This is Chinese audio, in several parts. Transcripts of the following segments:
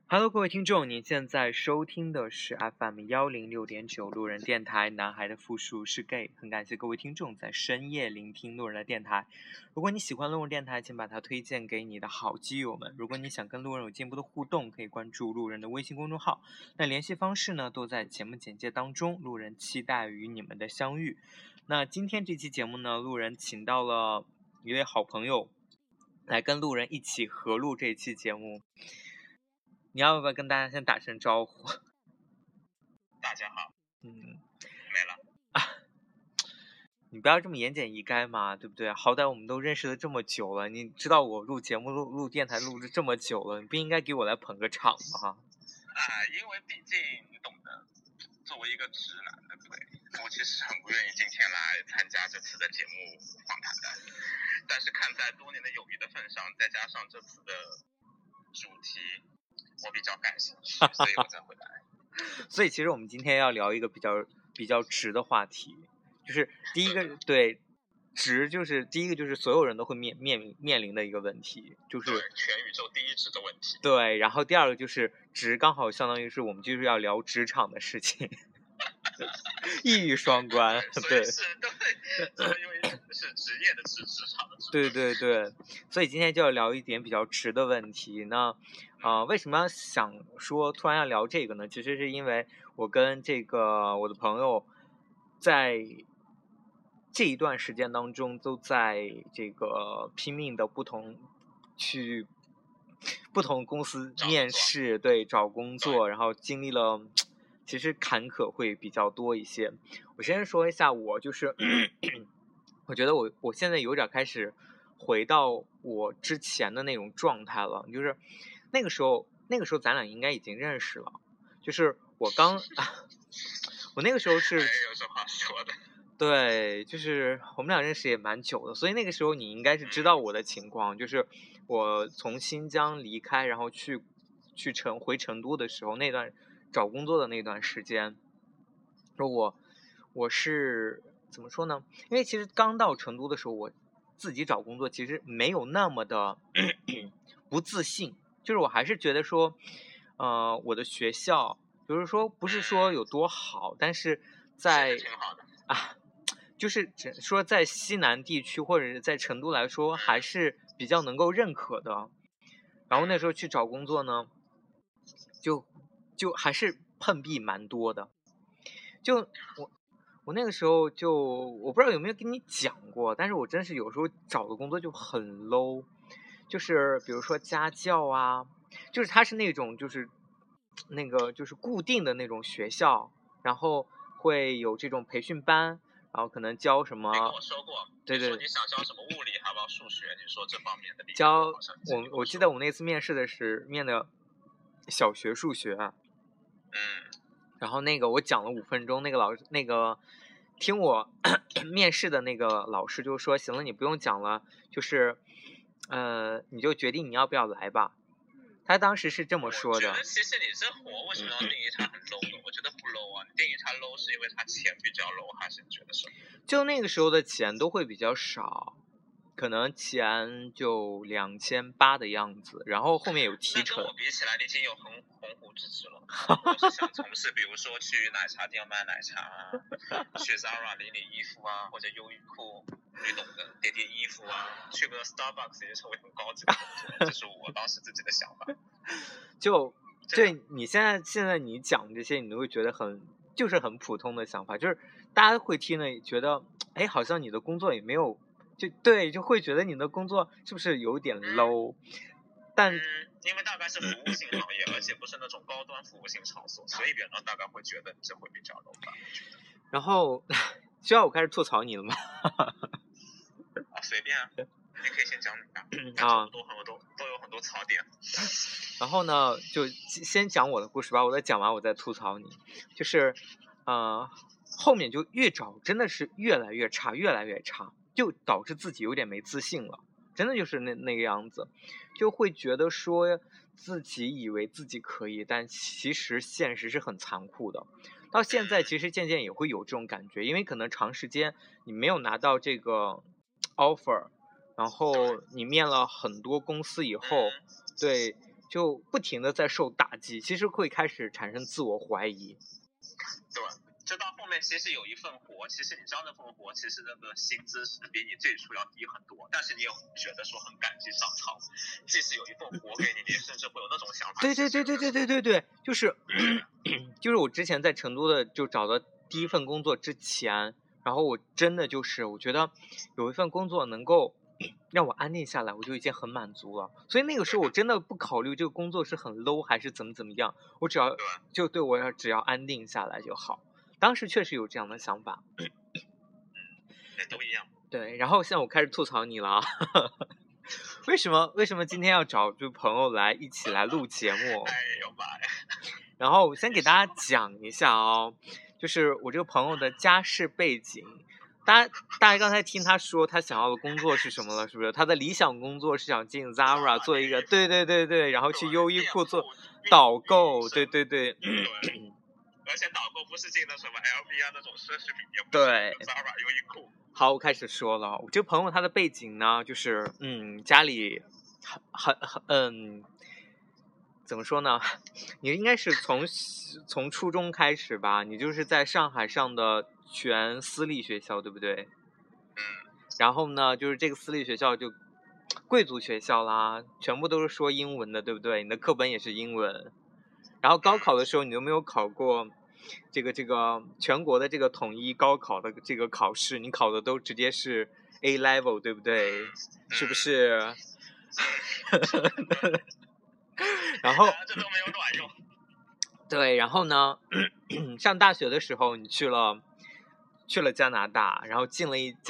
Hello，各位听众，您现在收听的是 FM106.9路人电台。男孩的复数是 gay， 很感谢各位听众在深夜聆听路人的电台。如果你喜欢路人电台，请把它推荐给你的好基友们。如果你想跟路人有进一步的互动，可以关注路人的微信公众号。那联系方式呢，都在节目简介当中。路人期待与你们的相遇。那今天这期节目呢，路人请到了一位好朋友来跟路人一起合录这期节目。你要不要跟大家先打声招呼？ 大家好。没了。 你不要这么言简意赅嘛，对不对？好歹我们都认识了这么久了，你知道我录节目、录电台录了这么久了，你不应该给我来捧个场吗？ 因为毕竟你懂的，作为一个直男，对不对？我其实很不愿意今天来参加这次的节目访谈的，但是看在多年的友谊的份上，再加上这次的主题我比较感兴趣，所以我才会来。 所以其实我们今天要聊一个比较直的话题，就是第一个对直，就是第一个就是所有人都会面临的一个问题，就是全宇宙第一直的问題。 对，然后第二个就是直，刚好相当于是我们就是要聊职场的事情。一语双关，对， 因为是职业的职，职场的职。 对，所以今天就要聊一点比较直的问题。那为什么想说突然要聊这个呢？其实是因为我跟这个我的朋友在这一段时间当中都在这个拼命的去不同公司面试，对，找工作，然后经历了其实坎坷会比较多一些。我先说一下，我就是我觉得我现在有点开始回到我之前的那种状态了，就是那个时候咱俩应该已经认识了，就是我那个时候是有这话说的。 对，就是我们俩认识也蛮久的，所以那个时候你应该是知道我的情况，就是我从新疆离开，然后回成都的时候，那段找工作的那段时间，我是怎么说呢？因为其实刚到成都的时候，我自己找工作其实没有那么的不自信，就是我还是觉得说，我的学校，比如说不是说有多好，但是在挺好的就是说在西南地区或者是在成都来说，还是比较能够认可的。然后那时候去找工作呢，就还是碰壁蛮多的。就我那个时候我不知道有没有跟你讲过，但是我真是有时候找的工作就很 low， 就是比如说家教啊，就是它是那种就是固定的那种学校，然后会有这种培训班，然后可能教什么。 你跟我说过， 对， 你说你想教什么物理，还有数学，你说这方面的。 教我记得我那次面试的是面的小学数学。然后那个我讲了5分钟，那个听我面试的那个老师就说，行了，你不用讲了，就是你就决定你要不要来吧。他当时是这么说的。 我觉得其实你这活为什么要定义它很 low 呢？我觉得不 low 啊，你定义它 low 是因为它钱比较 low，还是你觉得什么？ 就那个时候的钱都会比较少，可能钱就2800的样子，然后后面有提成。 那跟我比起来，你已经有鸿鹄之志了。我是想从事，比如说去奶茶店卖奶茶啊，去 Zara 理衣服啊，或者优衣库，你懂的，叠衣服啊，去个 Starbucks 也成为很高级的工作，这是我当时自己的想法。 对，你现在你讲这些，你都会觉得就是很普通的想法，就是大家会听了觉得，哎，好像你的工作也没有，就会觉得你的工作是不是有点 low？但因为大概是服务性行业，而且不是那种高端服务性场所，所以别人大概会觉得这会比较 low 吧。 然后需要我开始吐槽你了吗？ 随便啊。你可以先讲你的，都有很多槽点。 然后呢，就先讲我的故事吧，我再讲完我再吐槽你。就是后面就真的是越来越差，就导致自己有点没自信了，真的就是那个样子，就会觉得说自己以为自己可以，但其实现实是很残酷的。到现在其实渐渐也会有这种感觉，因为可能长时间你没有拿到这个 offer， 然后你面了很多公司以后，对， 就不停的在受打击，其实会开始产生自我怀疑。 对，就到后面其实有一份活，其实你知道那份活其实那个薪资是比你最初要低很多，但是你又觉得说很感激上操，即使有一份活给你，你甚至会有那种想法。 对，就是我之前在成都的就找的第一份工作之前，然后我真的就是我觉得有一份工作能够让我安定下来，我就已经很满足了。所以那个时候我真的不考虑这个工作是很 low 还是怎么样，我只要就对我只要安定下来就好。当时确实有这样的想法。 都一样。 对，然后现在我开始吐槽你了。为什么今天要找就朋友来一起来录节目？ 哎呦妈呀！ 然后我先给大家讲一下哦，就是我这个朋友的家世背景。大家刚才听他说他想要的工作是什么了，是不是？他的理想工作是想进 Zara 做一个，对，然后去优衣库做导购，对。 而且导购不是进的什么 LV 啊那种奢侈品，也不对是 Zara 优衣库。 好，我开始说了，我这个朋友他的背景呢，就是家里很怎么说呢？你应该是从初中开始吧，你就是在上海上的全私立学校，对不对？然后呢，就是这个私立学校就贵族学校啦，全部都是说英文的，对不对？你的课本也是英文。然后高考的时候，你有没有考过这个全国的这个统一高考的这个考试？你考的都直接是 A level， 对不对？是不是？然后这都没有卵用。 对，然后呢，上大学的时候你去了加拿大，然后进了一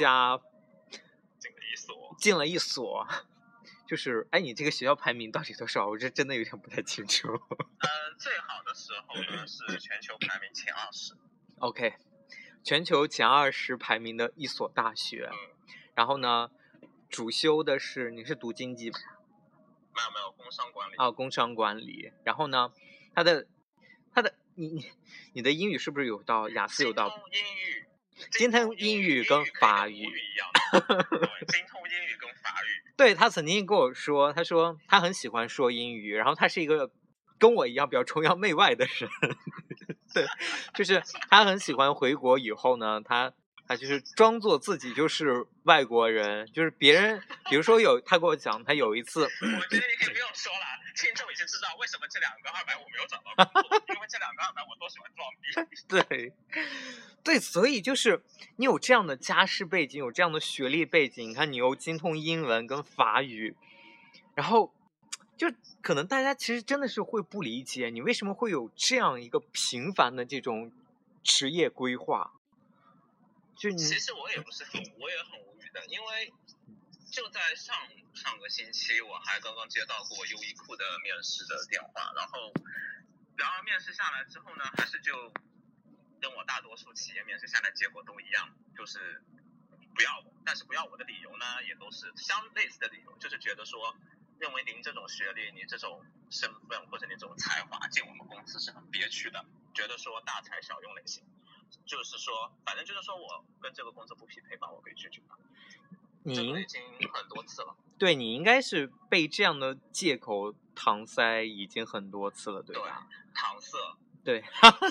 所，就是你这个学校排名到底多少？我这真的有点不太清楚。 最好的时候呢是全球排名前20。 OK， 全球前20排名的一所大学。然后呢，主修的是你是读经济吧？ 没有工商管理。 工商管理。然后呢，他的你的英语是不是有到雅思有到？精通英语跟法语一样。精通英语跟法语。 对，他曾经跟我说，他说他很喜欢说英语，然后他是一个跟我一样比较崇洋媚外的人。对，就是他很喜欢回国以后呢，他就是装作自己就是外国人，就是别人比如说他跟我讲他有一次， 我觉得你可以不用说了，听众已经知道为什么这2个250没有找到工作，因为这2个250我都喜欢装逼。对，所以就是你有这样的家世背景，有这样的学历背景，你看你又精通英文跟法语，然后就可能大家其实真的是会不理解你为什么会有这样一个频繁的这种职业规划。 其实我也很无语的，因为就在上个星期我还刚刚接到过优衣库的面试的电话，然后面试下来之后呢，还是就跟我大多数企业面试下来结果都一样，就是不要我。但是不要我的理由呢，也都是类似的理由，就是觉得说认为您这种学历、您这种身份或者您这种才华进我们公司是很憋屈的，觉得说大材小用类型，就是说反正就是说我跟这个公司不匹配，把我给拒绝了。这个已经很多次了。 对，你应该是被这样的借口搪塞已经很多次了，对吧？ 对，搪塞。 对。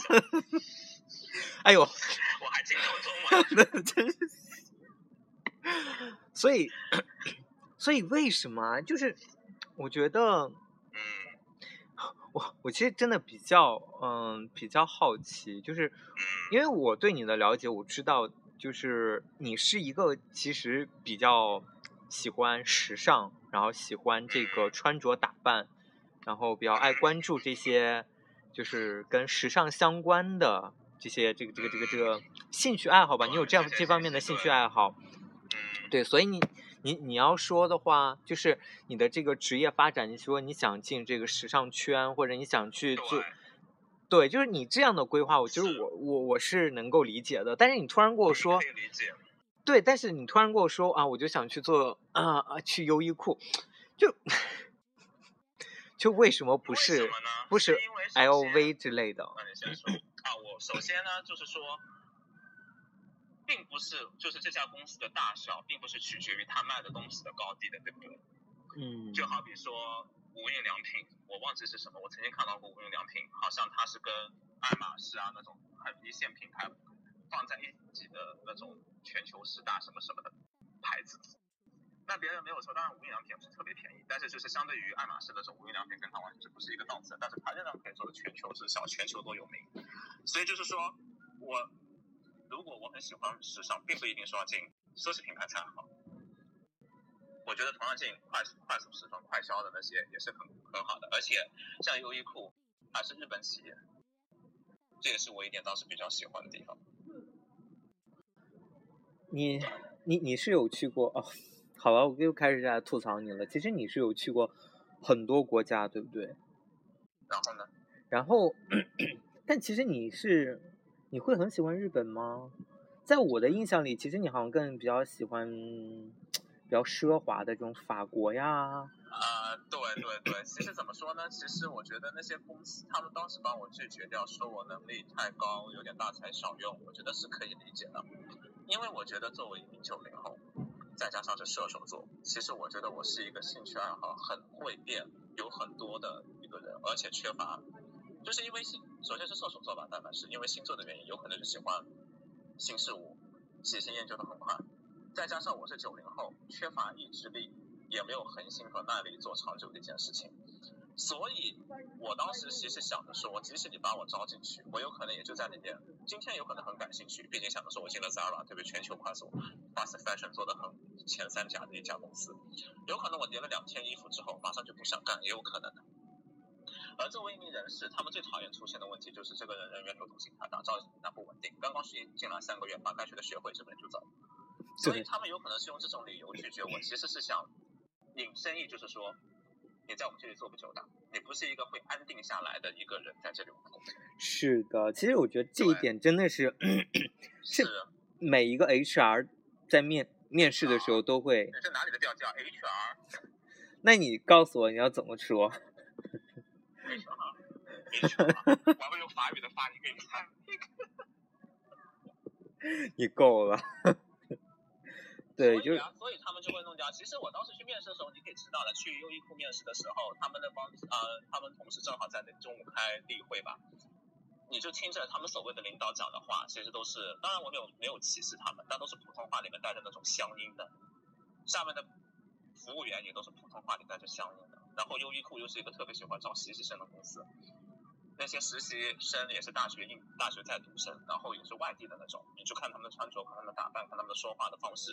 哎呦， 我还精通中文。 真是。所以为什么就是我觉得我其实真的比较好奇，就是因为我对你的了解，我知道就是你是一个其实比较喜欢时尚，然后喜欢这个穿着打扮，然后比较爱关注这些就是跟时尚相关的这些这个兴趣爱好吧，你有这方面的兴趣爱好。对，所以你要说的话，就是你的这个职业发展，你说你想进这个时尚圈，或者你想去做，对，就是你这样的规划，我是能够理解的。但是你突然跟我说，对，但是你突然跟我说我就想去做去优衣库，就为什么不是 LV 之类的？ 那你先说我首先呢，就是说。并不是，就是这家公司的大小，并不是取决于他卖的东西的高低的，对不对？ 嗯。 就好比说， 无印良品，我忘记是什么，我曾经看到过无印良品，好像它是跟爱马仕啊那种很一线品牌放在一起的那种全球10大什么什么的牌子。那别人没有说，当然无印良品不是特别便宜，但是就是相对于爱马仕那种无印良品跟它完全是不是一个档次，但是它仍然可以做的全球滞销，全球都有名。所以就是说，如果我很喜欢时尚，并不一定说要进奢侈品牌才好。我觉得同样进快速时装、快销的那些也是很好的，而且像优衣库还是日本企业，这也是我一点当时比较喜欢的地方。 你是有去过哦？好了，我又开始在吐槽你了。其实你是有去过很多国家，对不对？ 然后呢？ 然后，但其实你会很喜欢日本吗？在我的印象里，其实你好像更比较喜欢比较奢华的这种法国呀。 对，其实怎么说呢？其实我觉得那些公司，他们当时帮我拒绝掉，说我能力太高，有点大材小用，我觉得是可以理解的。因为我觉得作为一名90后，再加上是射手座，其实我觉得我是一个兴趣爱好很会变，有很多的一个人，而且缺乏，就是因为首先是射手座吧，大概是因为星座的原因，有可能是喜欢新事物，喜新厌旧的很快，再加上我是90后，缺乏意志力，也没有恒心和耐力做长久的一件事情，所以我当时其实想着说，即使你把我招进去，我有可能也就在里面，今天有可能很感兴趣，毕竟想着说我进了 Zara， 对不对？全球快速 fast fashion 做的很前3甲的一家公司，有可能我叠了2天衣服之后，马上就不想干，也有可能的。而作为一名人士，他们最讨厌出现的问题就是这个人人员流动性太大，招那不稳定。刚刚进来3个月，把该学的学会，这个人就走。所以他们有可能是用这种理由拒绝我，其实是想引申义，就是说你在我们这里做不久的，你不是一个会安定下来的一个人在这里工作。 是的，其实我觉得这一点真的是是每一个 HR 在面试的时候都会。 你是哪里的调教 HR？ 那你告诉我你要怎么说 ？HR， 我要用法语的发音给你看。 你够了。对， 所以他们就会弄掉。其实我当时去面试的时候，你可以知道的，去优衣库面试的时候，他们同事正好在中午开例会吧，你就听着他们所谓的领导讲的话，其实都是，当然我没有歧视他们，但都是普通话里面带着那种乡音的。下面的服务员也都是普通话里带着乡音的。然后优衣库又是一个特别喜欢找实习生的公司，那些实习生也是大学在读生，然后也是外地的那种，你就看他们的穿着，看他们的打扮，看他们的说话的方式。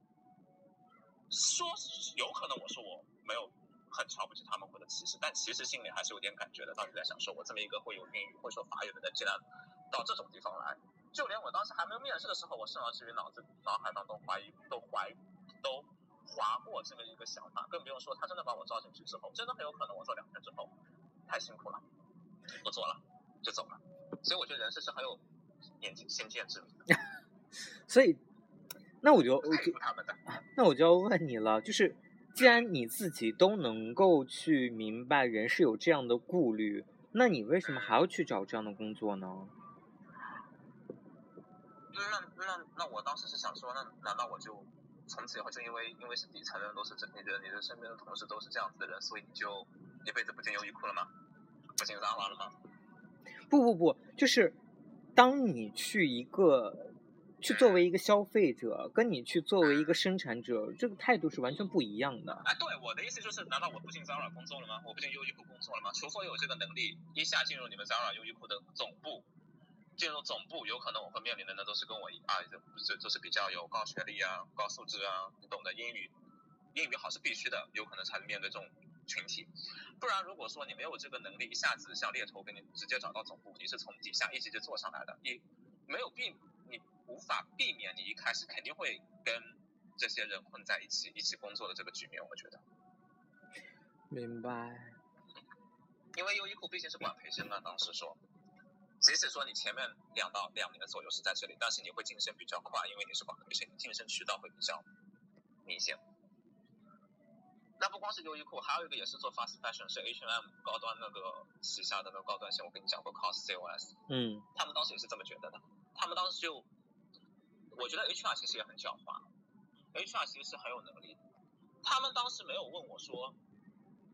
说有可能我说我没有很瞧不起他们或者歧视，但其实心里还是有点感觉的。当时在想说，我这么一个会有英语会说法语的人，竟然到这种地方来，就连我当时还没有面试的时候，我甚至于脑海当中都划过这么一个想法，更不用说他真的把我招进去之后，真的很有可能我做2天之后太辛苦了，不做了就走了。所以我觉得人事是很有先见之明的。 所以那我就要问你了，就是既然你自己都能够去明白人是有这样的顾虑，那你为什么还要去找这样的工作呢？ 那我当时是想说，那难道我就从此以后就因为是底层人都是你的身边的同事都是这样子的人，所以你就一辈子不进优衣库了吗？不进 Zara 了吗？ 不，就是当你去作为一个消费者，跟你去作为一个生产者，这个态度是完全不一样的。 对，我的意思就是，难道我不进 Zara 工作了吗？我不进优衣库工作了吗？除非有这个能力，一下进入你们 Zara 优衣库的总部，进入总部，有可能我会面临的那都是跟我就是比较有高学历啊、高素质啊，你懂的，英语好是必须的，有可能才面对这种群体。不然如果说你没有这个能力，一下子像猎头给你直接找到总部，你是从底下一级就做上来的，你无法避免你一开始肯定会跟这些人混在一起工作的这个局面，我觉得。 明白。 因为优衣库毕竟是管培生的，当时说，即使说你前面2年左右是在这里，但是你会晋升比较快，因为你是管培生，你晋升渠道会比较明显。那不光是优衣库，还有一个也是做 fast fashion， 是 H&M 高端那个旗下的那个高端线，我跟你讲过 COS。他们当时也是这么觉得的。他们当时我觉得 HR 其实也很狡猾 ，HR 其实是很有能力的。他们当时没有问我说，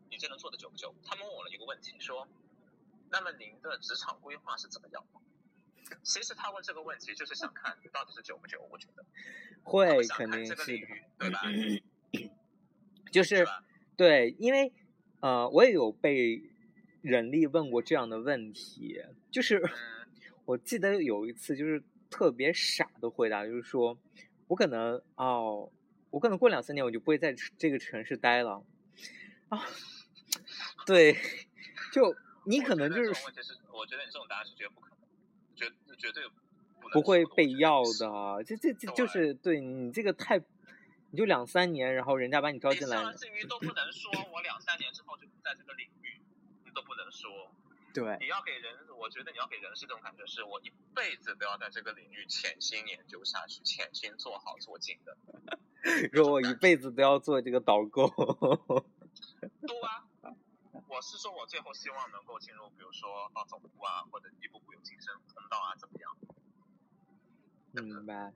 你这能做的久不久？他们问我了一个问题，说，那么您的职场规划是怎么样的？其实他问这个问题就是想看你到底是久不久，我觉得会肯定这个是的， 领域，对吧？ 就是对，因为我也有被人力问过这样的问题，就是我记得有一次就是特别傻的回答，就是说我可能过2-3年我就不会在这个城市待了啊，对，就你可能就是我觉得你这种答案是绝不可能，绝对不会被要的，这就是对你这个太，你就2-3年，然后人家把你招进来， 你至于都不能说我2-3年之后就不在这个领域，你都不能说。 对， 你要给人，我觉得你要给人是这种感觉，是我一辈子都要在这个领域潜心研究下去，潜心做好做精的。 说我一辈子都要做这个导购。 对啊，我是说我最后希望能够进入，比如说到总部啊，或者一步步有晋升通道啊，怎么样？ 明白，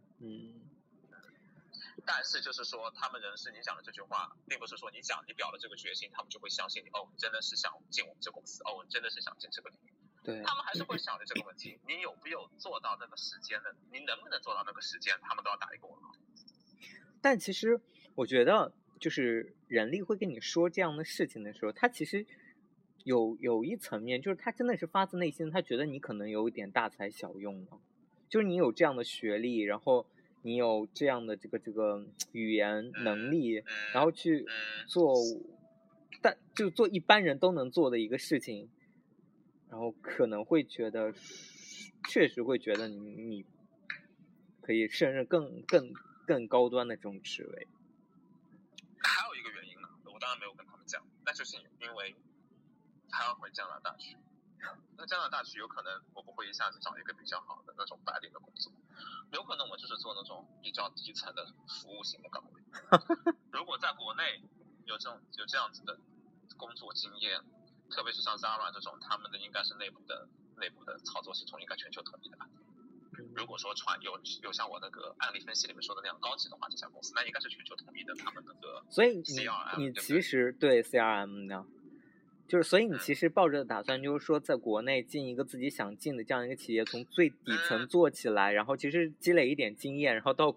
但是就是说，他们人事你讲的这句话，并不是说你表了这个决心，他们就会相信你。哦，你真的是想进我们这公司，哦，你真的是想进这个领域。 对， 他们还是会想着这个问题，你有没有做到那个时间呢？你能不能做到那个时间？他们都要打一个问号。 但其实我觉得，就是人力会跟你说这样的事情的时候，他其实有一层面，就是他真的是发自内心，他觉得你可能有一点大材小用了，就是你有这样的学历，然后你有这样的这个语言能力，然后去做，就做一般人都能做的一个事情，然后可能会觉得，确实会觉得你可以胜任更高端的这种职位。 还有一个原因呢，我当然没有跟他们讲，那就是因为他要回加拿大去。那加拿大去有可能我不会一下子找一个比较好的那种白领的工作，有可能我就是做那种比较低层的服务型的岗位。如果在国内有这样子的工作经验，特别是像 Zara 这种，他们的应该是内部的操作系统应该全球统一的吧。如果说有像我那个案例分析里面说的那样高级的话，这家公司那应该是全球统一的，他们那个 CRM。 所以你其实对 CRM 呢，就是所以你其实抱着的打算就是说，在国内进一个自己想进的这样一个企业，从最底层做起来，然后其实积累一点经验，然后到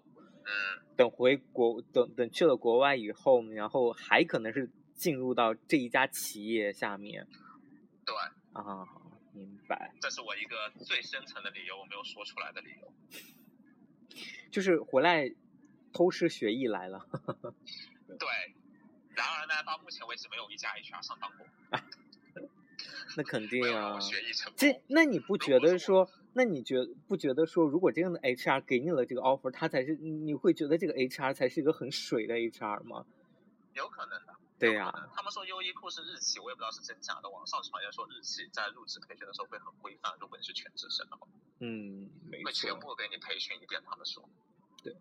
等去了国外以后，然后还可能是进入到这一家企业下面。 对啊，明白。 这是我一个最深层的理由，我没有说出来的理由。 就是回来偷师学艺来了。 对，然而呢，到目前为止没有一家 HR 上当过。 那肯定啊。 那你不觉得说，不觉得说，如果这样的 HR 给你了这个 offer，他才是你会觉得这个 HR 才是一个很水的 HR 吗？ 有可能的。 对呀、 他们说优衣库是日企，我也不知道是真假的。网上传言说日企在入职培训的时候会很规范，如果你是全职生的话， 没错， 会全部给你培训一遍。他们说，对。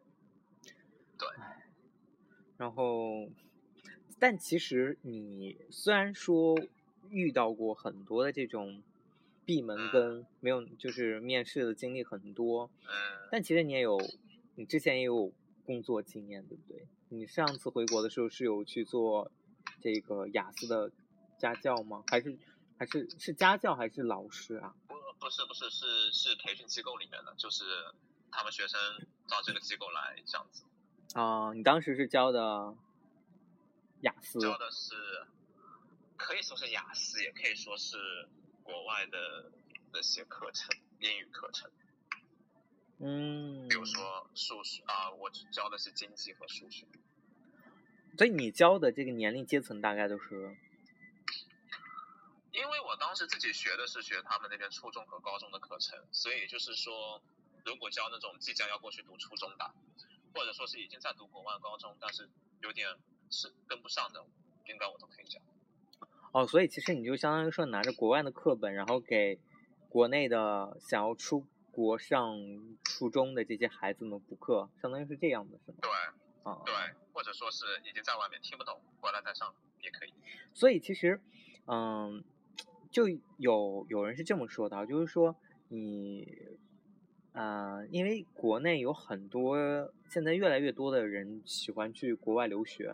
然后，但其实你虽然说遇到过很多的这种闭门羹，没有就是面试的经历很多，但其实你之前也有工作经验，对不对？你上次回国的时候是有去做这个雅思的家教吗？还是家教还是老师啊？ 不是，是培训机构里面的，就是他们学生到这个机构来这样子。 你当时是教的雅思？ 教的是可以说是雅思，也可以说是国外的那些课程，英语课程。比如说数学我教的是经济和数学。 所以你教的这个年龄阶层大概都是？ 因为我当时自己学的是学他们那边初中和高中的课程，所以就是说，如果教那种即将要过去读初中的，或者说是已经在读国外高中，但是有点是跟不上的，应该我都可以教。 所以其实你就相当于说拿着国外的课本，然后给国内的想要出国上初中的这些孩子们补课，相当于是这样的，是吗？ 对。对，或者说是已经在外面听不懂，回来再上也可以。 所以其实，就有人是这么说的，就是说因为国内有很多现在越来越多的人喜欢去国外留学，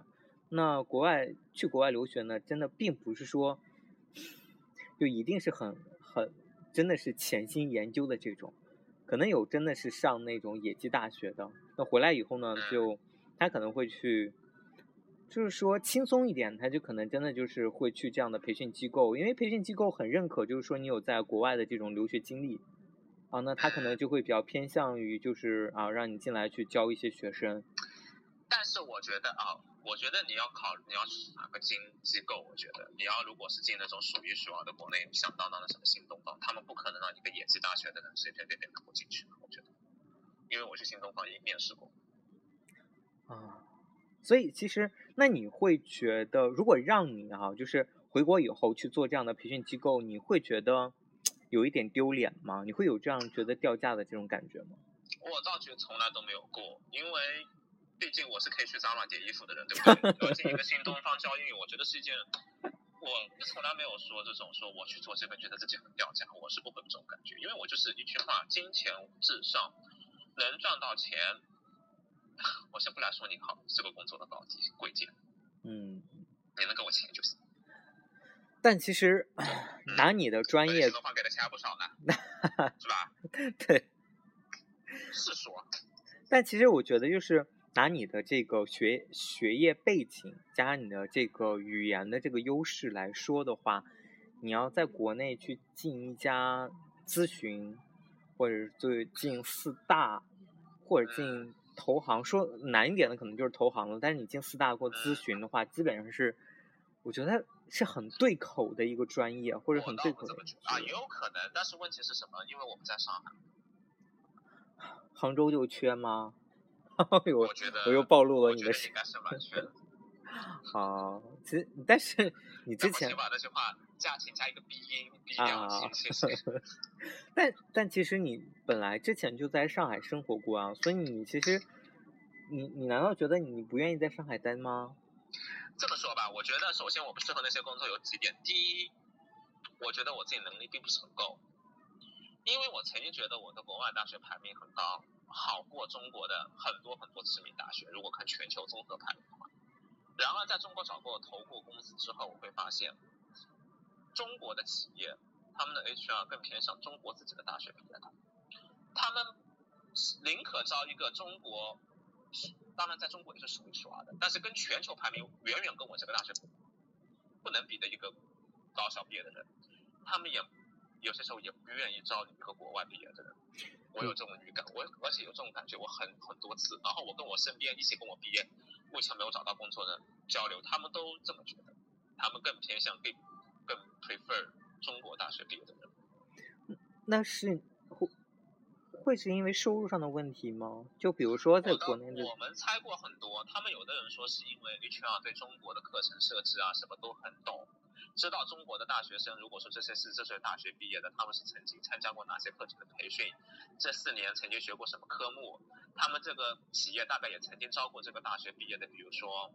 那去国外留学呢，真的并不是说就一定是很真的是潜心研究的这种，可能有真的是上那种野鸡大学的，那回来以后呢，就他可能会去，就是说轻松一点，他就可能真的就是会去这样的培训机构，因为培训机构很认可，就是说你有在国外的这种留学经历啊，那他可能就会比较偏向于就是啊，让你进来去教一些学生。 但是我觉得你要去哪个机构，我觉得你要如果是进那种数一数二的国内响当当的什么新东方，他们不可能让一个野鸡大学的人随随便便投进去，我觉得，因为我去新东方也面试过。 啊，所以其实那你会觉得，如果让你就是回国以后去做这样的培训机构，你会觉得有一点丢脸吗？你会有这样觉得掉价的这种感觉吗？ 我倒觉得从来都没有过，因为毕竟我是可以去Zara捡衣服的人，对不对？而且一个新东方教英语，我觉得是一件，我从来没有说这种说我去做这个觉得自己很掉价，我是不会有这种感觉，因为我就是一句话，金钱至上，能赚到钱，我先不来说你好这个工作的贵贱，你能给我钱就行。 但其实拿你的专业， 新东方给的钱还不少呢，是吧？ 对， 是说。 但其实我觉得就是拿你的这个学业背景加上你的这个语言的这个优势来说的话，你要在国内去进一家咨询，或者是进4大，或者进投行，说难一点的可能就是投行了，但是你进4大或咨询的话，基本上是我觉得是很对口的一个专业，或者很对口的啊，也有可能，但是问题是什么？因为我们在上海， 杭州就缺吗？ 我觉得我又暴露了你的应该是蛮缺的。 啊，其实但是你之前把那句话请加一个鼻音，鼻梁心，谢谢。 但其实你本来之前就在上海生活过啊，所以你其实你难道觉得你不愿意在上海待吗？ 这么说吧，我觉得首先我不适合那些工作有几点。第一，我觉得我自己能力并不是很够，因为我曾经觉得我的国外大学排名很高，好过中国的很多知名大学，如果看全球综合排名的话。然而在中国找过投过公司之后，我会发现中国的企业他们的 HR 更偏向中国自己的大学毕业的，他们宁可招一个中国，当然在中国也是数一数二的，但是跟全球排名远远跟我这个大学不能比的一个高校毕业的人，他们也有些时候也不愿意招你一个国外毕业的人。我有这种预感，而且有这种感觉，我很多次。然后我跟我身边一起跟我毕业，目前没有找到工作的交流，他们都这么觉得，他们更偏向更 prefer 中国大学毕业的人。 那是会是因为收入上的问题吗？就比如说在国内我们猜过很多，他们有的人说是因为 HR 对中国的课程设置啊什么都很懂，知道中国的大学生如果说这所大学毕业的，他们是曾经参加过哪些课程的培训，这4年曾经学过什么科目，他们这个企业大概也曾经招过这个大学毕业的，比如说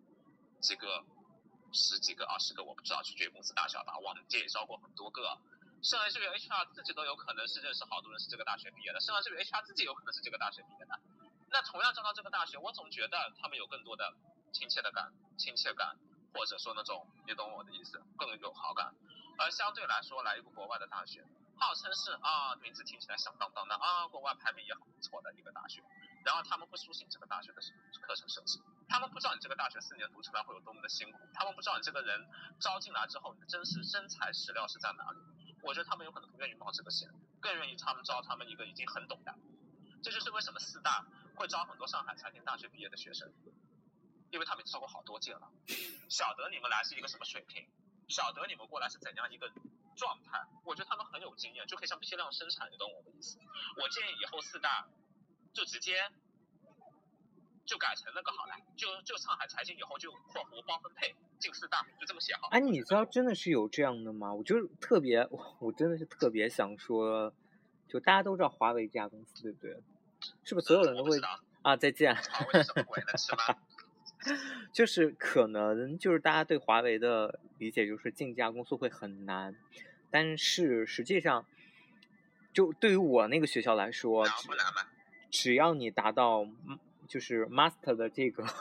10几个20个我不知道，取决于公司大小吧，往届也招过很多个。甚至于 HR 自己都有可能是认识好多人是这个大学毕业的，甚至于 HR 自己有可能是这个大学毕业的。那同样招到这个大学，我总觉得他们有更多的亲切感，或者说那种你懂我的意思，更有好感。而相对来说，来一个国外的大学，号称是名字听起来响当当的国外排名也很不错的一个大学，然后他们不熟悉这个大学的课程设置，他们不知道你这个大学4年读出来会有多么的辛苦，他们不知道你这个人招进来之后你的真实真材实料是在哪里。我觉得他们有可能不愿意冒这个险，更愿意他们招他们一个已经很懂的。这就是为什么4大会招很多上海财经大学毕业的学生，因为他们招过好多届了，晓得你们来是一个什么水平，晓得你们过来是怎样一个状态。我觉得他们很有经验，就可以像批量生产，你懂我的意思。我建议以后4大就直接就改成那个好了，就上海财经以后就括弧包分配进4大，就这么写好。 你知道真的是有这样的吗？我就是我真的是特别想说，就大家都知道华为这家公司，对不对？是不是所有人都会再见？ 华为是什么鬼？能吃吗？ 就是可能就是大家对华为的理解就是进这家公司会很难，但是实际上，就对于我那个学校来说，只要你达到就是 master 的这个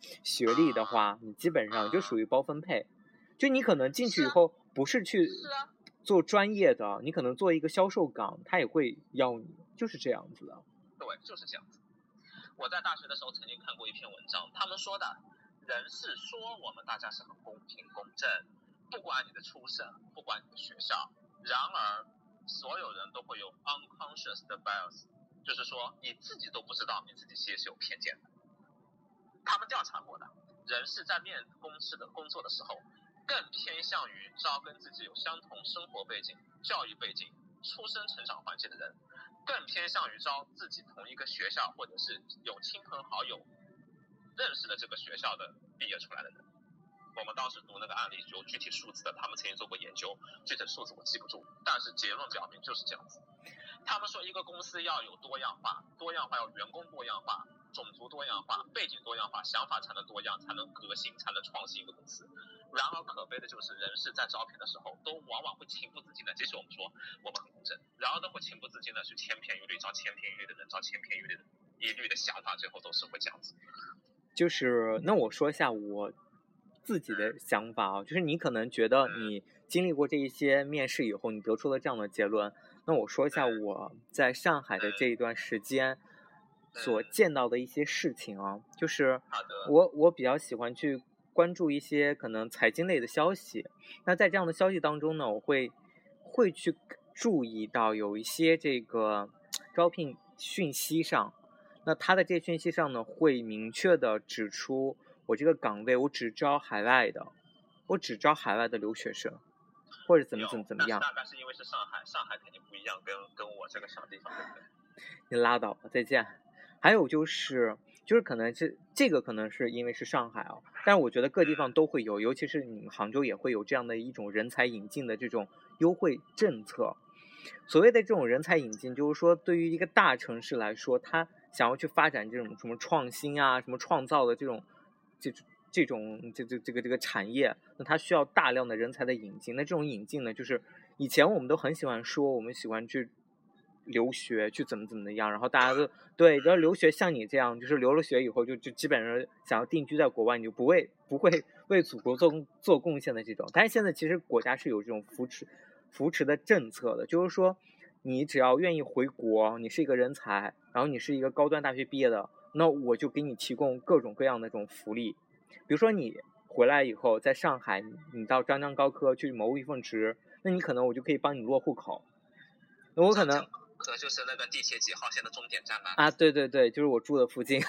学历的话，你基本上就属于包分配。就你可能进去以后不是去做专业的，你可能做一个销售岗，他也会要你，就是这样子的。 对，就是这样子。我在大学的时候曾经看过一篇文章，他们说的人是说我们大家是很公平公正，不管你的出身，不管你的学校，然而所有人都会有 unconscious 的 bias， 就是说你自己都不知道你自己其实是有偏见的。他们调查过的，人是在面工作的时候，更偏向于招跟自己有相同生活背景、教育背景、出生成长环境的人，更偏向于招自己同一个学校或者是有亲朋好友认识的这个学校的毕业出来的人。我们当时读那个案例有具体数字的，他们曾经做过研究，具体数字我记不住，但是结论表明就是这样子。他们说一个公司要有多样化，多样化要员工多样化，种族多样化，背景多样化，想法才能多样，才能革新，才能创新一个公司。然而可悲的就是人事在招聘的时候都往往会情不自禁的，即使我们说我们很公正，然而都会情不自禁的去千篇一律招千篇一律的人，招千篇一律的想法，最后都是会这样子。 就是那我说一下我自己的想法啊，就是你可能觉得你经历过这一些面试以后，你得出了这样的结论。那我说一下我在上海的这一段时间所见到的一些事情啊，就是我比较喜欢去关注一些可能财经类的消息。那在这样的消息当中呢，我会去注意到有一些这个招聘讯息上，那他的这些讯息上呢，会明确的指出我这个岗位我只招海外的，我只招海外的留学生。或者怎么样？ 大概是因为是上海，上海肯定不一样，跟我这个小地方，对不对？ 你拉倒吧，再见。还有就是可能是这个可能是因为是上海啊，但是我觉得各地方都会有，尤其是你们杭州也会有这样的一种人才引进的这种优惠政策。所谓的这种人才引进，就是说对于一个大城市来说，他想要去发展这种什么创新啊、什么创造的这种这个产业，那它需要大量的人才的引进。那这种引进呢，就是以前我们都很喜欢说，我们喜欢去留学，去怎么样，然后大家都对，然后留学像你这样，就是留了学以后就基本上想要定居在国外，你就不会为祖国做贡献的这种。但是现在其实国家是有这种扶持的政策的，就是说你只要愿意回国，你是一个人才，然后你是一个高端大学毕业的，那我就给你提供各种各样的这种福利。比如说你回来以后，在上海，你到张江高科去谋一份职，那你可能我就可以帮你落户口。那我可能可就是那个地铁几号线的终点站吗？ 啊，对，就是我住的附近。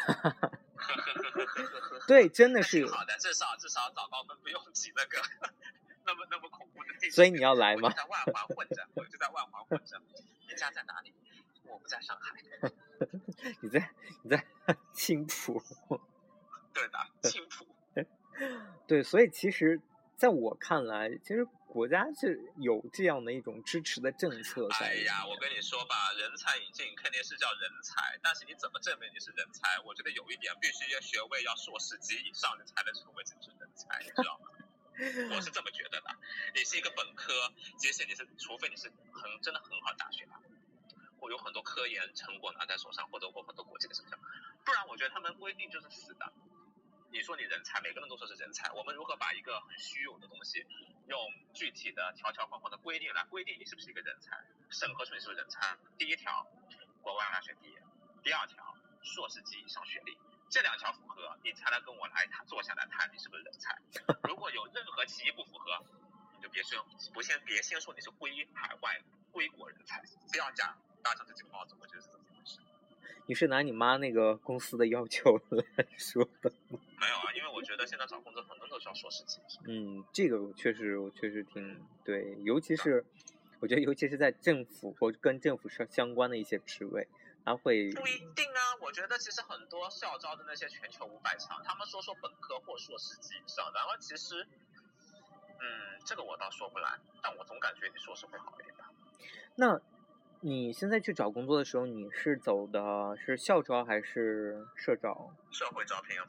对，真的是。 好的，至少早高峰不用挤那个那么恐怖的地铁。 所以你要来吗？ 我就在万华混着。你家在哪里？我不在上海。 你在青浦。 对的，青浦。 对，所以其实在我看来，其实国家是有这样的一种支持的政策在。 哎呀，我跟你说吧，人才引进肯定是叫人才，但是你怎么证明你是人才？我觉得有一点，必须要学位要硕士级以上，你才能成为真正人才，你知道吗？我是这么觉得的。你是一个本科，即使除非你是真的很好的大学，或有很多科研成果拿在手上，或者过很多国际的成效，不然我觉得他们规定就是死的。你说你人才，每个人都说是人才，我们如何把一个很虚有的东西，用具体的条条框框的规定来规定你是不是一个人才，审核出你是不是人才？第一条，国外大学毕业；第二条，硕士级以上学历。这两条符合，你才能跟我来坐下来谈你是不是人才。如果有任何其一不符合，你就别先说你是归海外归国人才，不要搭上这几个帽子，我觉得是这么回事。 你是拿你妈那个公司的要求来说的吗？ 没有啊，因为我觉得现在找工作很多都需要硕士级。 这个我确实挺对，尤其是我觉得尤其是在政府或跟政府相关的一些职位，它会不一定啊。我觉得其实很多校招的那些全球500强，他们说本科或硕士级以上，然后其实这个我倒说不来，但我总感觉你硕士会好一点吧。 那你现在去找工作的时候，你是走的是校招还是社招？ 社会招聘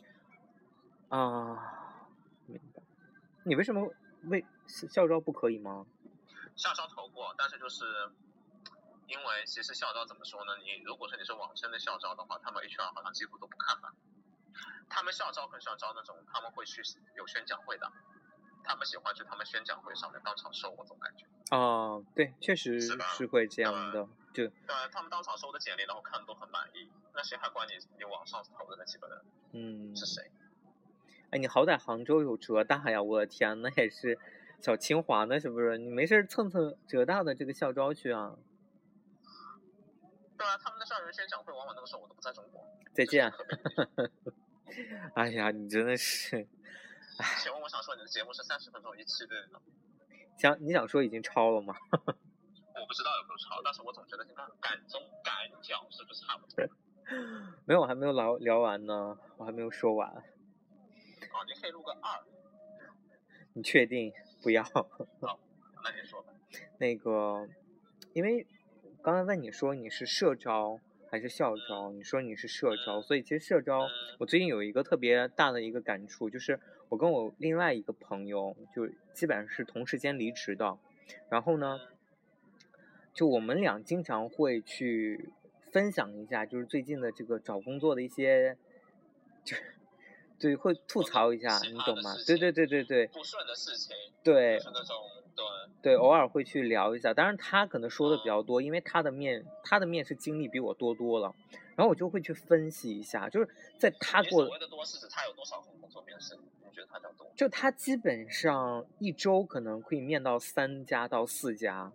啊，明白。你为什么校招不可以吗？ 校招投过，但是就是因为其实校招怎么说呢？如果说你是网申的校招的话，他们 HR 好像几乎都不看吧。 他们校招很喜欢招那种，他们会去有宣讲会的，他们喜欢去他们宣讲会上面当场收，我总感觉。 哦，对，确实是会这样的，就对，他们当场收的简历，然后看的都很满意，那谁还管你网上投的那几个人是谁？ 哎，你好歹杭州有浙大呀，我的天，那也是小清华呢，是不是？你没事蹭蹭浙大的这个校招去啊？ 对啊，他们的校园宣讲会往往那个时候我都不在中国。 再见。哎呀，你真的是。 请问我想说，你的节目是30分钟一期的？ 你想说已经超了吗？ 我不知道有没有超，但是我总觉得应该赶中赶脚是不是差不多？ 没有，我还没有聊完呢，我还没有说完。 哦，你可以录个2。 你确定？不要。 好，那你说吧。 那个，因为刚才问你说你是社招还是校招，你说你是社招，所以其实社招，我最近有一个特别大的一个感触，就是我跟我另外一个朋友，就基本上是同时间离职的，然后呢，就我们俩经常会去分享一下，就是最近的这个找工作的一些，就对，会吐槽一下，你懂吗？对， 不顺的事情， 对， 就是那种对，偶尔会去聊一下。当然，他可能说的比较多，因为他的面试经历比我多了。然后我就会去分析一下，就是在他过。 所谓的多是指他有多少份工作面试？你觉得他叫多？ 就他基本上1周可能可以面到3家到4家。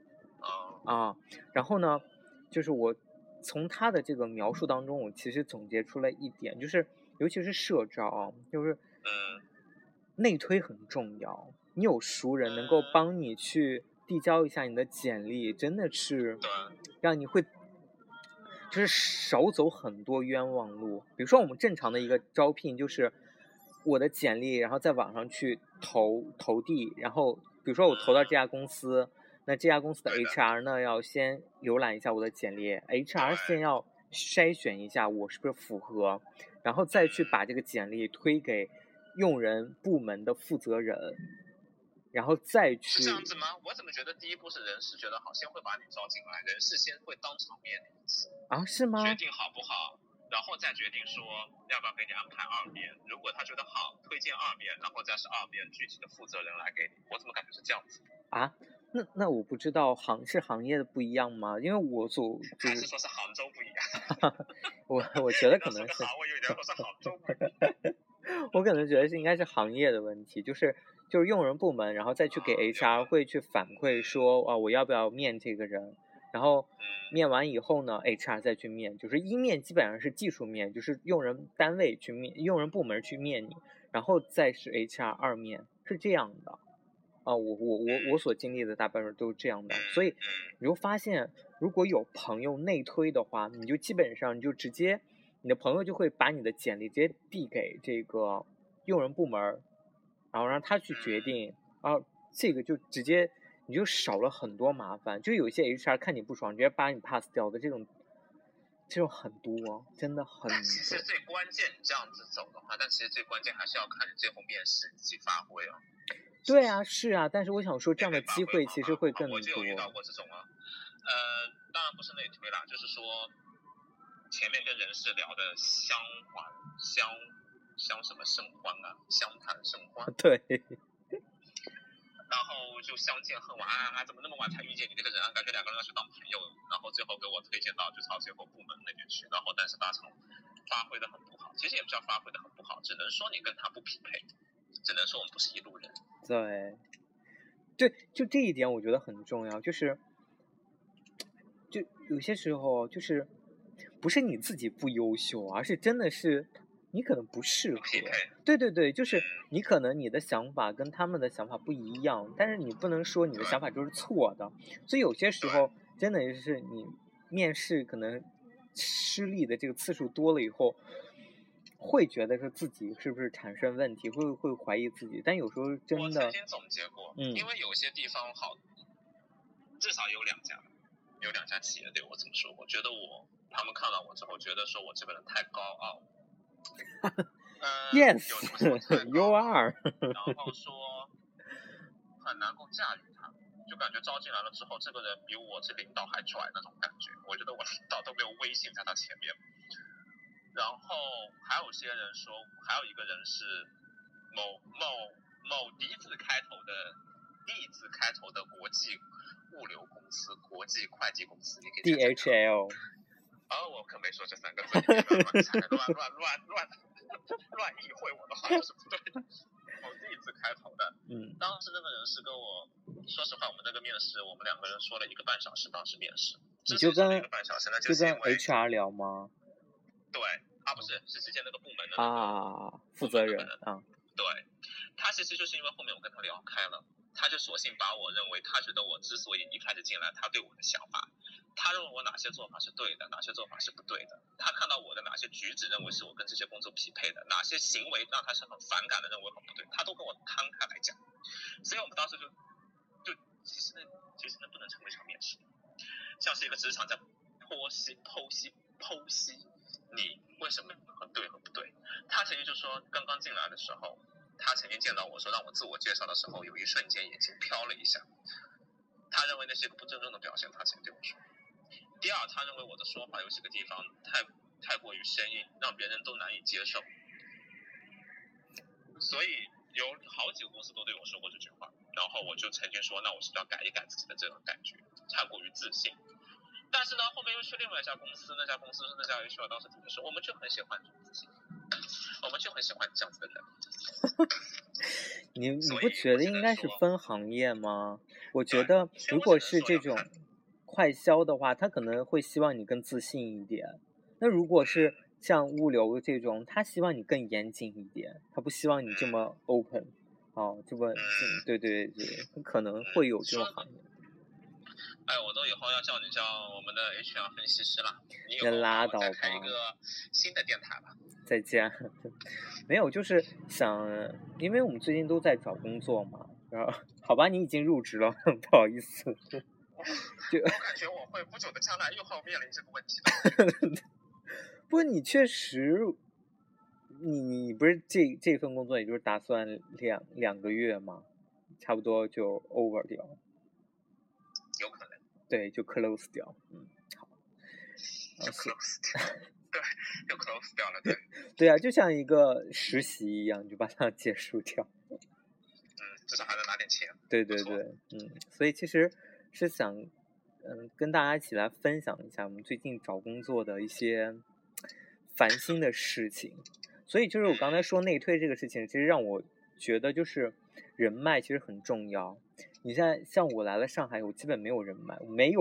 然后呢，就是我从他的这个描述当中，我其实总结出来一点，就是尤其是社招，就是内推很重要。你有熟人能够帮你去递交一下你的简历，真的是让你会就是少走很多冤枉路。比如说我们正常的一个招聘，就是我的简历，然后在网上去投递，然后比如说我投到这家公司，那这家公司的 HR 呢要先浏览一下我的简历 ，HR 先要筛选一下我是不是符合，然后再去把这个简历推给用人部门的负责人，然后再去。 是这样子吗？我怎么觉得第一步是人事觉得好，先会把你招进来，人事先会当场面一次啊？是吗？ 决定好不好，然后再决定说要不要给你安排2面。如果他觉得好，推荐2面，然后再是2面具体的负责人来给你。我怎么感觉是这样子啊？那我不知道是行业的不一样吗？因为我还是说是杭州不一样？ 我觉得可能是。 我以为你要说是杭州不一样。 我可能觉得应该是行业的问题，就是用人部门，然后再去给 HR 会去反馈说我要不要面这个人，然后面完以后呢 HR 再去面，就是1面基本上是技术面，就是用人单位去面，用人部门去面你，然后再是 HR 2面，是这样的。我所经历的大半都是这样的，所以你就发现，如果有朋友内推的话，你就基本上你就直接，你的朋友就会把你的简历直接递给这个用人部门，然后让他去决定，然后这个就直接你就少了很多麻烦。就有些 HR 看你不爽，直接把你 pass 掉的这种很多，真的很多。 但其实最关键，你这样子走的话，但其实最关键还是要看你最后面试自己发挥啊。 对啊，是啊，但是我想说，这样的机会其实会更多。 我就有遇到过这种当然不是内推啦，就是说前面跟人事聊的相什么甚欢啊，相谈甚欢。 对。 然后就相见恨晚怎么那么晚才遇见你这个人感觉2个人要去当朋友，然后最后给我推荐到就朝最后部门那边去，然后但是大厂发挥的很不好，其实也不叫发挥的很不好，只能说你跟他不匹配，只能说我们不是一路人。 对，就这一点我觉得很重要，就是就有些时候就是不是你自己不优秀，而是真的是你可能不适合。对，就是你可能你的想法跟他们的想法不一样，但是你不能说你的想法就是错的，所以有些时候真的是你面试可能失利的这个次数多了以后，会觉得是自己是不是产生问题，会怀疑自己，但有时候真的。 我曾经总结过，因为有些地方好，至少有2家企业对我这么说，我觉得他们看到我之后觉得说我这个人太高傲。 Yes, you are 然后说很难够驾驭他，就感觉招进来了之后，这个人比我这领导还拽那种感觉。我觉得我领导都没有威信在他前面。 然后还有些人说，还有一个人是某D 字开头的国际物流公司、国际会计公司，你可以猜猜看。 DHL。 我可没说这3个字，你别乱意会我的话，这是不对的。某D 字开头的，当时那个人是跟我，说实话，我们那个面试，我们2个人说了1个半小时，当时面试。 你就跟 1个半小时呢，就是因为 HR 聊吗？ 对，不是之前那个部门的负责人啊。 对，他其实就是因为后面我跟他聊开了，他就索性把我认为他觉得我之所以一开始进来，他对我的想法，他认为我哪些做法是对的，哪些做法是不对的，他看到我的哪些举止认为是我跟这些工作匹配的，哪些行为让他是很反感的，认为很不对，他都跟我摊开来讲。所以我们当时就其实那不能称为场面试，像是一个职场在剖析你为什么很对和不对。他曾经就说，刚刚进来的时候，他曾经见到我说让我自我介绍的时候，有一瞬间眼睛飘了一下，他认为那是一个不尊重的表现，他曾经对我说。第二，他认为我的说法有几个地方太过于生硬，让别人都难以接受，所以有好几个公司都对我说过这句话，然后我就曾经说，那我是不是要改一改自己的这种感觉，太过于自信。但是呢，后面又去另外一家公司，那家 HR 当时怎么说？我们就很喜欢这种自信，我们就很喜欢这样子的人。 你不觉得应该是分行业吗？我觉得如果是这种快销的话，他可能会希望你更自信一点。那如果是像物流这种，他希望你更严谨一点，他不希望你这么 open，这么对，可能会有这种行业。 我都以后要叫你叫我们的 HR 分析师了，你以后拉倒吧， 再开一个新的电台吧。 再见。没有，就是想，因为我们最近都在找工作嘛，然后好吧，你已经入职了，不好意思。 我感觉我会不久的将来又会面临这个问题的。 不，你确实，你不是这份工作也就是打算两个月吗？差不多就 over 掉。 有可能。 对，就 close 掉。好。 就 close 掉。对，就 close 掉了。对。 对啊，就像一个实习一样，就把它结束掉。 至少还能拿点钱。 对，所以其实是想，跟大家一起来分享一下我们最近找工作的一些烦心的事情。所以就是我刚才说内推这个事情，其实让我觉得就是人脉其实很重要。你现在像我来了上海，我基本没有人脉，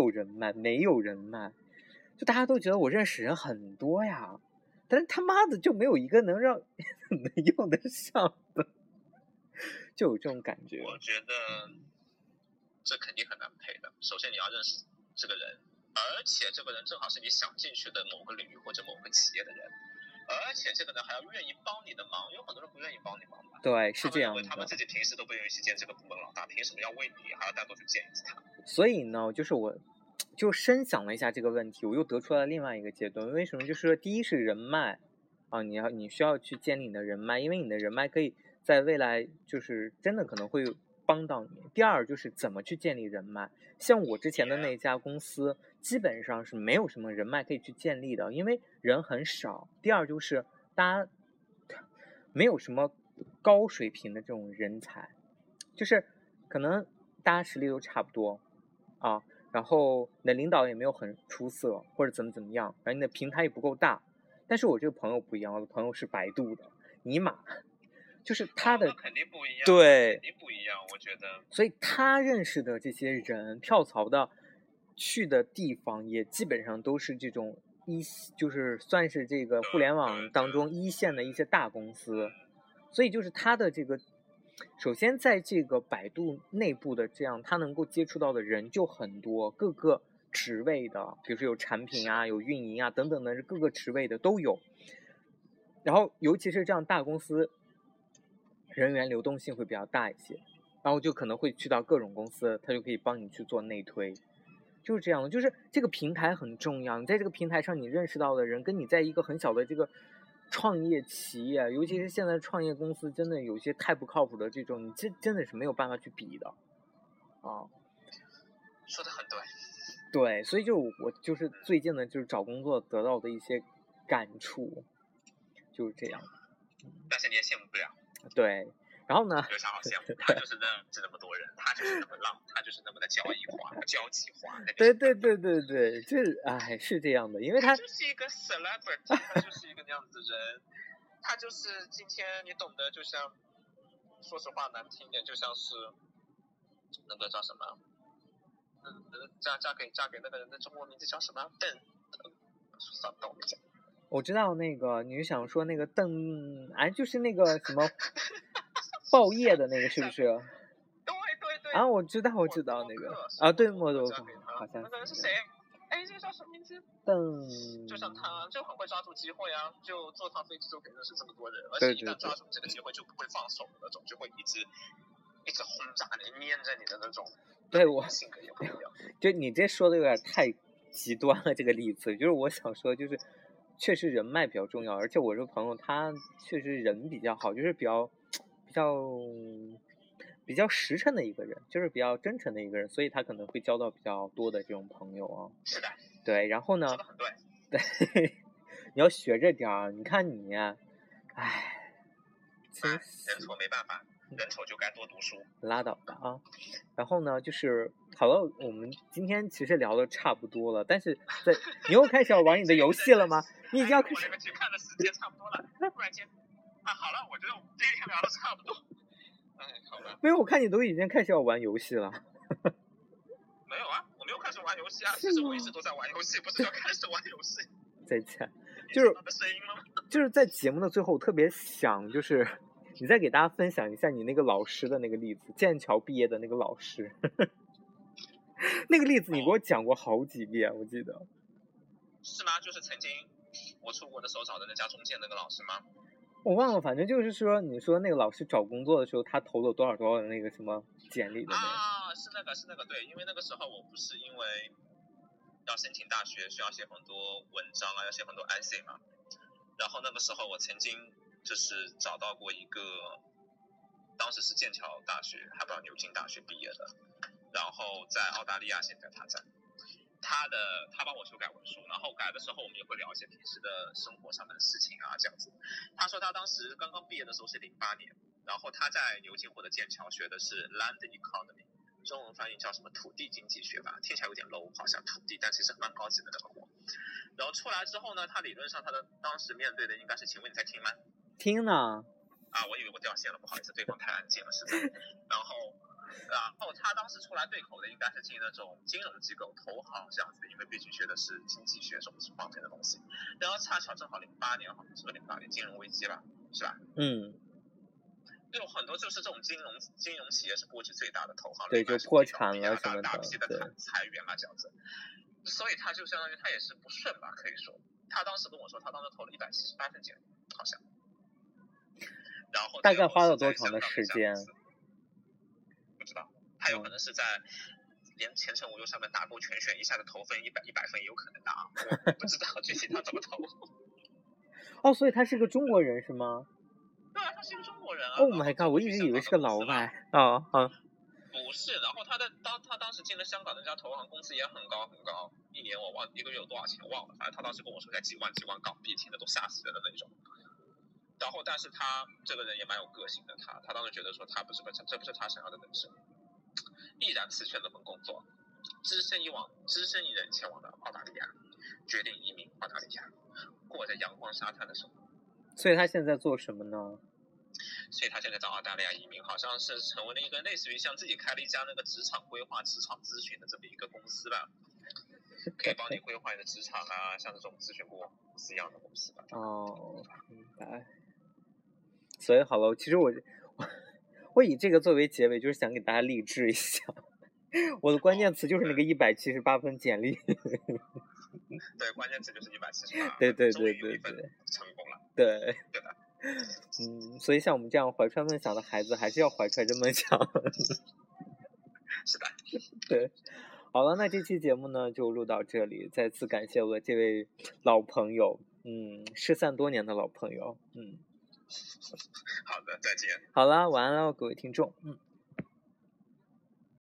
就大家都觉得我认识人很多呀，但是他妈的就没有一个能用得上的，就有这种感觉。 我觉得这肯定很难配的。首先你要认识这个人，而且这个人正好是你想进去的某个领域或者某个企业的人，而且这个人还要愿意帮你的忙。有很多人不愿意帮你忙的。 对，是这样的。 他们自己平时都不愿意去见这个部门老大，凭什么要为你还要单独去见一次他？ 所以呢，就是我就深想了一下这个问题，我又得出来另外一个结论。为什么？就是说第一是人脉啊，你需要去建立你的人脉，因为你的人脉可以在未来就是真的可能会帮到你。第二就是怎么去建立人脉，像我之前的那家公司基本上是没有什么人脉可以去建立的，因为人很少。第二就是大家没有什么高水平的这种人才，就是可能大家实力都差不多啊，然后你的领导也没有很出色或者怎么样，然后你的平台也不够大。但是我这个朋友不一样，我的朋友是百度的，尼玛，就是他的肯定不一样， 对， 肯定不一样，我觉得。 所以他认识的这些人跳槽的去的地方也基本上都是这种就是算是这个互联网当中一线的一些大公司，所以就是他的这个首先在这个百度内部的这样他能够接触到的人就很多，各个职位的，比如说有产品啊有运营啊等等的各个职位的都有，然后尤其是这样大公司人员流动性会比较大一些，然后就可能会去到各种公司，他就可以帮你去做内推，就是这样的。就是这个平台很重要，你在这个平台上你认识到的人，跟你在一个很小的这个创业企业，尤其是现在创业公司，真的有些太不靠谱的这种，你真的是没有办法去比的啊。 说得很对。 对，所以就我就是最近的就是找工作得到的一些感触。 就是这样。 但是你也羡慕不了。 对，然后呢？ 有啥好羡慕？他就是那么多人，他就是那么浪，他就是那么的交际化。 对，就是是这样的，因为他就是一个 celebrity， 他就是一个那样子的人，他就是今天你懂得，就像说实话难听点，就像是那个叫什么，嫁给那个人的中国名字叫什么？算了，我讲。 我知道那个你是想说那个就是那个什么报业的那个是不是？ 对。 啊，我知道那个对，默多克，好像那个人是谁？哎，这个叫什么名字？就像他，就很会抓住机会啊，就坐趟飞机就可以认识这么多人，而且一旦抓住这个机会就不会放手的那种，就会一直轰炸你，黏着你的那种。 对，我性格也不一样。 就你这说的有点太极端了，这个例子，就是我想说，就是确实人脉比较重要，而且我这个朋友他确实人比较好，就是比较实诚的一个人，就是比较真诚的一个人，所以他可能会交到比较多的这种朋友啊。 是的。 对，然后呢？ 说得很对。 对，你要学着点儿。你看你， 人丑没办法，人丑就该多读书。 拉倒吧啊！然后呢，就是好了，我们今天其实聊的差不多了，但是你又开始要玩你的游戏了吗？你已经要开始。 我去看的时间差不多了，突然间好了，我觉得我们今天聊的差不多。好吧。 没有，我看你都已经开始要玩游戏了。 没有啊，我没有开始玩游戏啊，其实我一直都在玩游戏，不是要开始玩游戏。 再见。就是在节目的最后，我特别想就是你再给大家分享一下你那个老师的那个例子，剑桥毕业的那个老师。那个例子你给我讲过好几遍，我记得。 是吗？就是曾经我出国的时候找的那家中介那个老师吗？ 我忘了，反正就是说，你说那个老师找工作的时候，他投了多少的那个什么简历的那个是那个对，因为那个时候我不是因为要申请大学，需要写很多文章啊，要写很多 essay 嘛。然后那个时候我曾经就是找到过一个，当时是剑桥大学，还不知道牛津大学毕业的，然后在澳大利亚，现在他在。他帮我修改文书，然后改的时候我们也会聊一些平时的生活上面的事情啊，这样子。他说他当时刚刚毕业的时候是08年，然后他在牛津或者剑桥学的是 Land Economy， 中文翻译叫什么土地经济学吧，听起来有点 low， 好像土地，但其实蛮高级的那个活。然后出来之后呢，他理论上他的当时面对的应该是，请问你在听吗？ 听呢。 我以为我掉线了，不好意思，对方太安静了，是的。然后他当时出来对口的应该是进那种金融机构、投行这样子的，因为毕竟学的是经济学这种方面的东西。然后恰巧正好08年，好像是08年金融危机吧，是吧？有很多就是这种金融企业是波及最大的投行， 对，就破产了什么的， 大批的裁员啊这样子。所以他就相当于他也是不顺吧，可以说。他当时跟我说，他当时投了178份简历，好像。然后大概花了多长的时间？ 不知道，他有可能是在连前程无忧上面打勾全选，一下子投分100分也有可能打，我不知道具体他怎么投。 所以他是个中国人是吗？ 对啊，他是一个中国人啊。 Oh my god， 我一直以为是个老外。 不是，然后他当时进了香港那家投行，工资也很高很高，一年我忘一个月有多少钱忘了，反正他当时跟我说才几万港币，听得都吓死人的那种。然后，但是他这个人也蛮有个性的，他当时觉得说这不是他想要的人生，毅然辞去那份工作，只身一人前往了澳大利亚，决定移民澳大利亚，过着阳光沙滩的生活。 所以他现在做什么呢？ 所以他现在在澳大利亚移民，好像是成为了一个类似于像自己开了一家那个职场规划、职场咨询的这么一个公司吧，可以帮你规划你的职场啊，像这种咨询公司一样的公司吧。 明白。所以好了，其实我以这个作为结尾，就是想给大家励志一下。我的关键词就是那个178分简历。 对，关键词就是178。 对， 成功了。 对的。 所以像我们这样怀揣梦想的孩子，还是要怀揣着梦想。 是的。 对。好了，那这期节目呢就录到这里，再次感谢我这位老朋友，失散多年的老朋友。 好的，再见。 好了，晚安了各位听众。